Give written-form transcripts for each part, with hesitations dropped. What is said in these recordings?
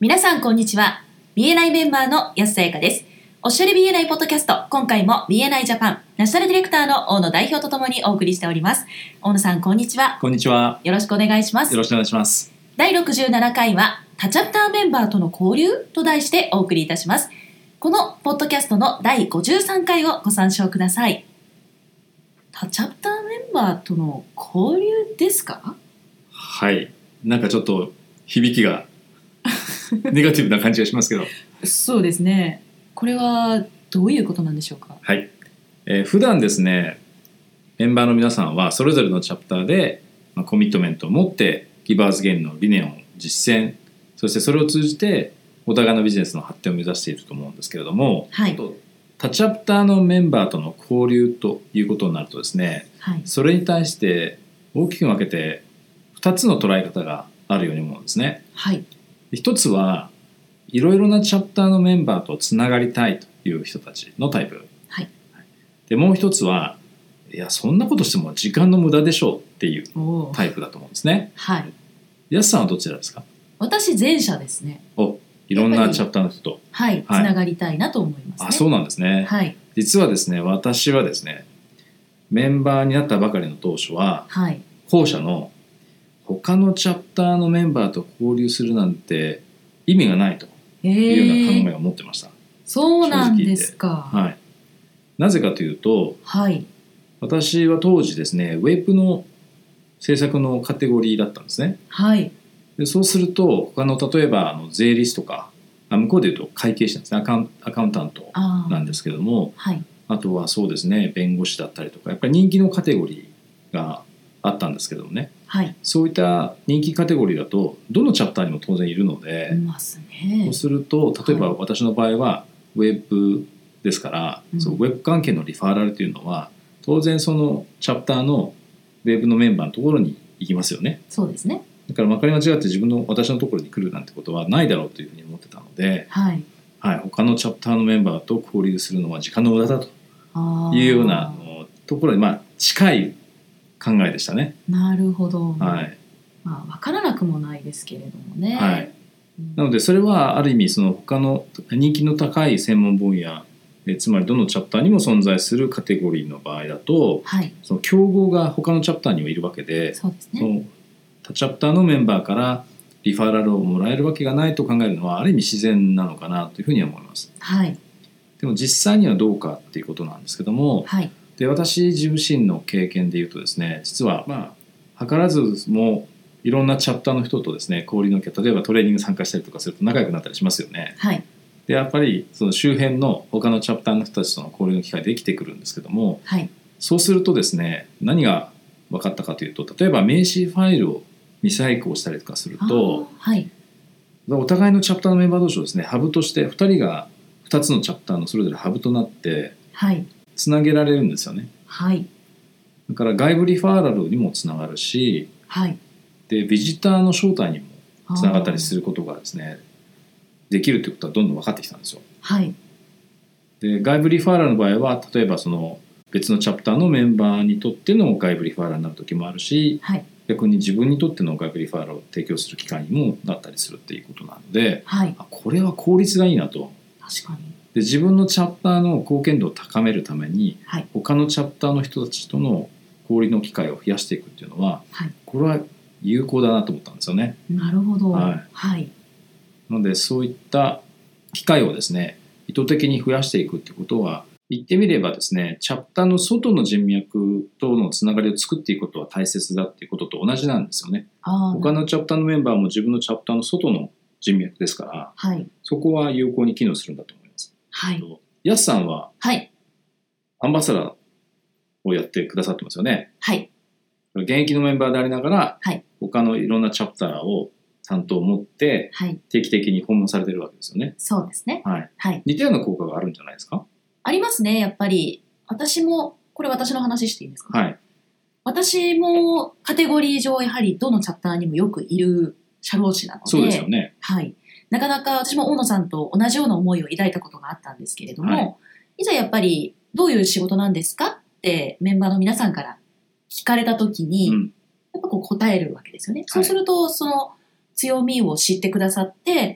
皆さんこんにちは。 BNI メンバーの安さやかです。オフィシャル BNI ポッドキャスト、今回も BNI ジャパンナショナルディレクターの大野代表とともにお送りしております。大野さんこんにちは。 こんにちは。 よろしくお願いします。 よろしくお願いします。 第67回は他チャプターメンバーとの交流と題してお送りいたします。このポッドキャストの第53回をご参照ください。他チャプターメンバーとの交流ですか？ はい。なんかちょっと響きがネガティブな感じがしますけどそうですね。これはどういうことなんでしょうか？ はい。普段ですね、メンバーの皆さんはそれぞれのチャプターで、コミットメントを持ってギバーズゲインの理念を実践、そしてそれを通じてお互いのビジネスの発展を目指していると思うんですけれども、 はい、 他チャプターのメンバーとの交流ということになるとですね、 はい、 それに対して大きく分けて2つの捉え方があるように思うんですね。 はい、 一つはいろいろなチャプターのメンバーとつながりたいという人たちのタイプ、 はい、 でもう一つはいやそんなことしても時間の無駄でしょうっていうタイプだと思うんですね。 はい、 やすさんはどちらですか？ 私前者ですね。 いろんなチャプターの人と、 はい、つながりたいなと思いますね。 そうなんですね。 はい、 実はですね、私はですね、メンバーになったばかりの当初は、 はい、 後者の他のチャプターのメンバーと交流するなんて意味がないというような考えを持ってました。 そうなんですか。 はい。なぜかというと、 はい、 私は当時ですね、ウェブの制作のカテゴリーだったんですね。 はい、 でそうすると他の例えば税理士とか向こうでいうと会計士なんですね、アカウンタントなんですけども、 はい、 あとはそうですね、弁護士だったりとかやっぱり人気のカテゴリーがあったんですけどもね、 はい、 そういった人気カテゴリーだとどのチャプターにも当然いるので、 いますね。 そうすると例えば私の場合はウェブですから、そうウェブ関係のリファーラルというのは当然そのチャプターのウェブのメンバーのところに行きますよね。 そうですね。 だからまかり間違って私のところに来るなんてことはないだろうというふうに思ってたので、 はいはい、他のチャプターのメンバーと交流するのは時間の無駄だというようなところに近い考えでしたね。 なるほど。 はい。 分からなくもないですけれどもね。 はい。なのでそれはある意味その他の人気の高い専門分野、つまりどのチャプターにも存在するカテゴリーの場合だと、 はい、 その競合が他のチャプターにはいるわけで、 そうですね、 その他チャプターのメンバーからリファラルをもらえるわけがないと考えるのはある意味自然なのかなというふうに思います。 はい、 でも実際にはどうかっていうことなんですけども、 はい、 で私自身の経験でいうとですね、実は図らずもいろんなチャプターの人とですね交流の例えばトレーニング参加したりとかすると仲良くなったりしますよね。 はい、 でやっぱりその周辺の他のチャプターの人たちとの交流の機会できてくるんですけども、 はい、 そうするとですね、何が分かったかというと、例えば名刺ファイルを未細工をしたりとかすると、 はい、 お互いのチャプターのメンバー同士をですねハブとして2人が2つのチャプターのそれぞれハブとなってつなげられるんですよね。 はい、 だから外部リファーラルにもつながるし、 はい、 でビジターの招待にもつながったりすることがですねできるということはどんどん分かってきたんですよ。 はい、 で外部リファーラルの場合は例えばその別のチャプターのメンバーにとっての外部リファーラルになる時もあるし、はい、逆に自分にとっての外部リファーラルを提供する機会にもなったりするっていうことなので、 はい、 これは効率がいいなと。 確かに。 で自分のチャプターの貢献度を高めるために、 はい、 他のチャプターの人たちとの交流の機会を増やしていくっていうのは、はい、これは有効だなと思ったんですよね。 なるほど。 はい。 はい、 なのでそういった機会をですね意図的に増やしていくっていうことは言ってみればですね、チャプターの外の人脈とのつながりを作っていくことは大切だっていうことと同じなんですよね。他のチャプターのメンバーも自分のチャプターの外の人脈ですから、はい、そこは有効に機能するんだと思います。はい。やすさんは、はい、アンバサダーをやってくださってますよね。はい。現役のメンバーでありながら、はい、他のいろんなチャプターを担当を持って、はい、定期的に訪問されてるわけですよね。 そうですね。 はい。はい、似たような効果があるんじゃないですか？ ありますね。やっぱり私もこれ私の話していいですか？はい。私もカテゴリー上やはりどのチャプターにもよくいる社労士なので、 そうですよね。 はい。なかなか私も大野さんと同じような思いを抱いたことがあったんですけれども、はい、いざやっぱりどういう仕事なんですかってメンバーの皆さんから聞かれたときに、やっぱこう答えるわけですよね。そうするとその強みを知ってくださって、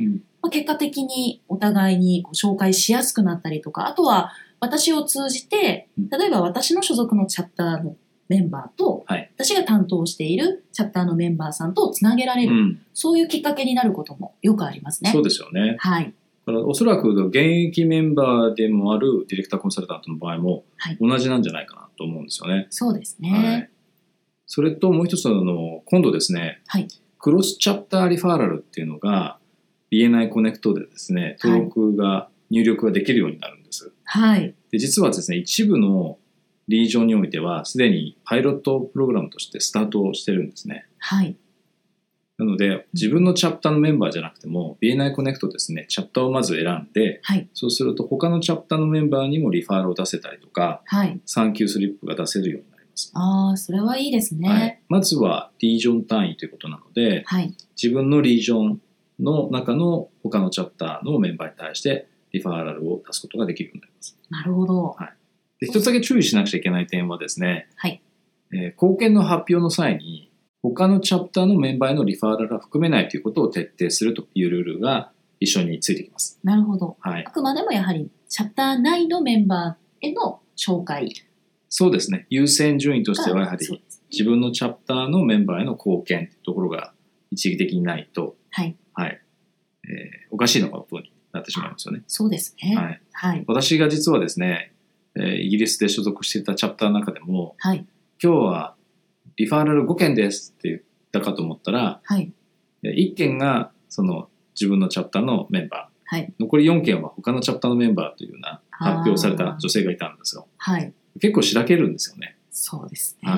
結果的にお互いに紹介しやすくなったりとか、あとは私を通じて、例えば私の所属のチャプターのメンバーと、 はい、 私が担当しているチャプターのメンバーさんとつなげられる、そういうきっかけになることもよくありますね。 そうですよね。 はい。 おそらく現役メンバーでもあるディレクターコンサルタントの場合も同じなんじゃないかなと思うんですよね。はい、 そうですね。 はい、それともう一つ今度ですね、 はい、 クロスチャプターリファーラルっていうのが BNI コネクトでですね、登録が、入力ができるようになるんです。 はい。 で、実はですね、一部のリージョンにおいてはすでにパイロットプログラムとしてスタートしてるんですね。 はい。 なので自分のチャプターのメンバーじゃなくても BNI コネクトですね、チャプターをまず選んで、 はい、 そうすると他のチャプターのメンバーにもリファールを出せたりとか、 はい、 サンキュースリップが出せるようになります。 ああ、それはいいですね。 はい、まずはリージョン単位ということなので、 はい、 自分のリージョンの中の他のチャプターのメンバーに対してリファーラルを出すことができるようになります。 なるほど。 はい、で一つだけ注意しなくちゃいけない点はですね、 はい、 貢献の発表の際に他のチャプターのメンバーへのリファーラルは含めないということを徹底するというルールが一緒についてきます。 なるほど。 はい、 あくまでもやはりチャプター内のメンバーへの紹介。 そうですね。優先順位としてはやはり自分のチャプターのメンバーへの貢献というところが一義的にないと、 はいはい、おかしいのかことになってしまいますよね。 そうですね。 はいはい、 私が実はですね、イギリスで所属していたチャプターの中でも、 はい、 今日はリファーラル5件ですって言ったかと思ったら、 はい、 1件がその自分のチャプターのメンバー、 はい、 残り4件は他のチャプターのメンバーというような発表された女性がいたんですよ。 はい、 結構しらけるんですよね。 そうですね。 はい、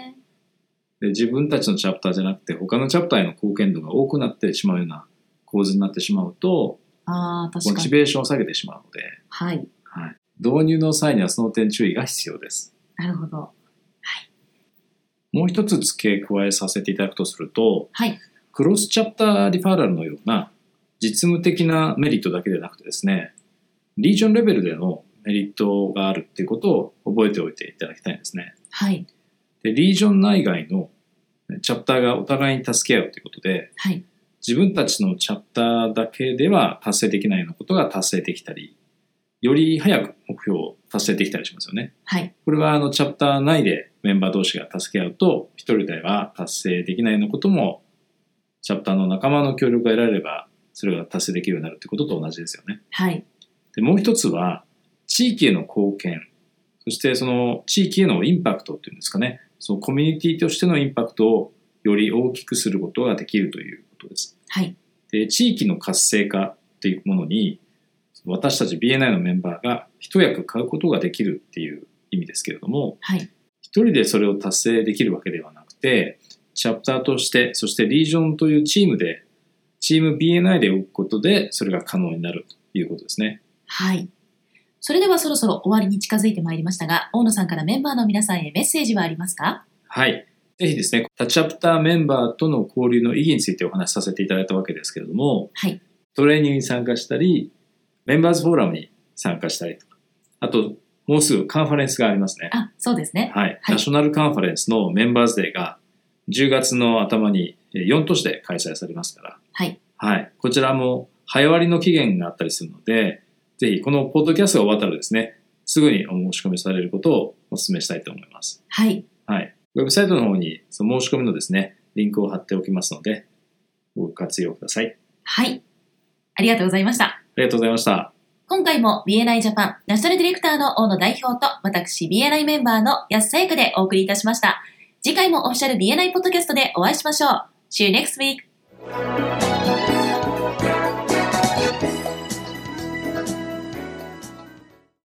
で自分たちのチャプターじゃなくて他のチャプターへの貢献度が多くなってしまうような構図になってしまうと、モチベーションを下げてしまうので、 はいはい、導入の際にはその点注意が必要です。 なるほど。 もう一つ付け加えさせていただくとすると、 はい、 クロスチャプターリファーラルのような実務的なメリットだけでなくてですね、リージョンレベルでのメリットがあるっていうことを覚えておいていただきたいんですね。 はい、 でリージョン内外のチャプターがお互いに助け合うということで、 はい、 自分たちのチャプターだけでは達成できないようなことが達成できたり、より早く目標を達成できたりしますよね。 はい、 これはチャプター内でメンバー同士が助け合うと、一人では達成できないようなこともチャプターの仲間の協力が得られればそれが達成できるようになるということと同じですよね。 はい、 でもう一つは地域への貢献、そしてその地域へのインパクトっていうんですかね、そのコミュニティとしてのインパクトをより大きくすることができるということです。 はい、で地域の活性化っていうものに私たち BNI のメンバーが一役買うことができるっていう意味ですけれども、 はい、 一人でそれを達成できるわけではなくて、チャプターとして、そしてリージョンというチームで、チーム BNI で置くことでそれが可能になるということですね。 はい。それではそろそろ終わりに近づいてまいりましたが、大野さんからメンバーの皆さんへメッセージはありますか？ はい。ぜひですね、他チャプターメンバーとの交流の意義についてお話しさせていただいたわけですけれども、 はい、 トレーニングに参加したり、メンバーズフォーラムに参加したりとか、あともうすぐカンファレンスがありますね。 あ、そうですね。 はい。ナショナルカンファレンスのメンバーズデーが10月の頭に4都市で開催されますから、 はい。 はい。こちらも早割の期限があったりするので、ぜひこのポッドキャストが終わったらですね、すぐにお申し込みされることをお勧めしたいと思います。 はい。 はい。ウェブサイトの方にその申し込みのですね、リンクを貼っておきますので、ご活用ください。 はい。ありがとうございました。 ありがとうございました。 今回も BNI ジャパンナショナルディレクターの大野代表と私 BNI メンバーの安さやかでお送りいたしました。次回もオフィシャル BNI ポッドキャストでお会いしましょう。See you next week!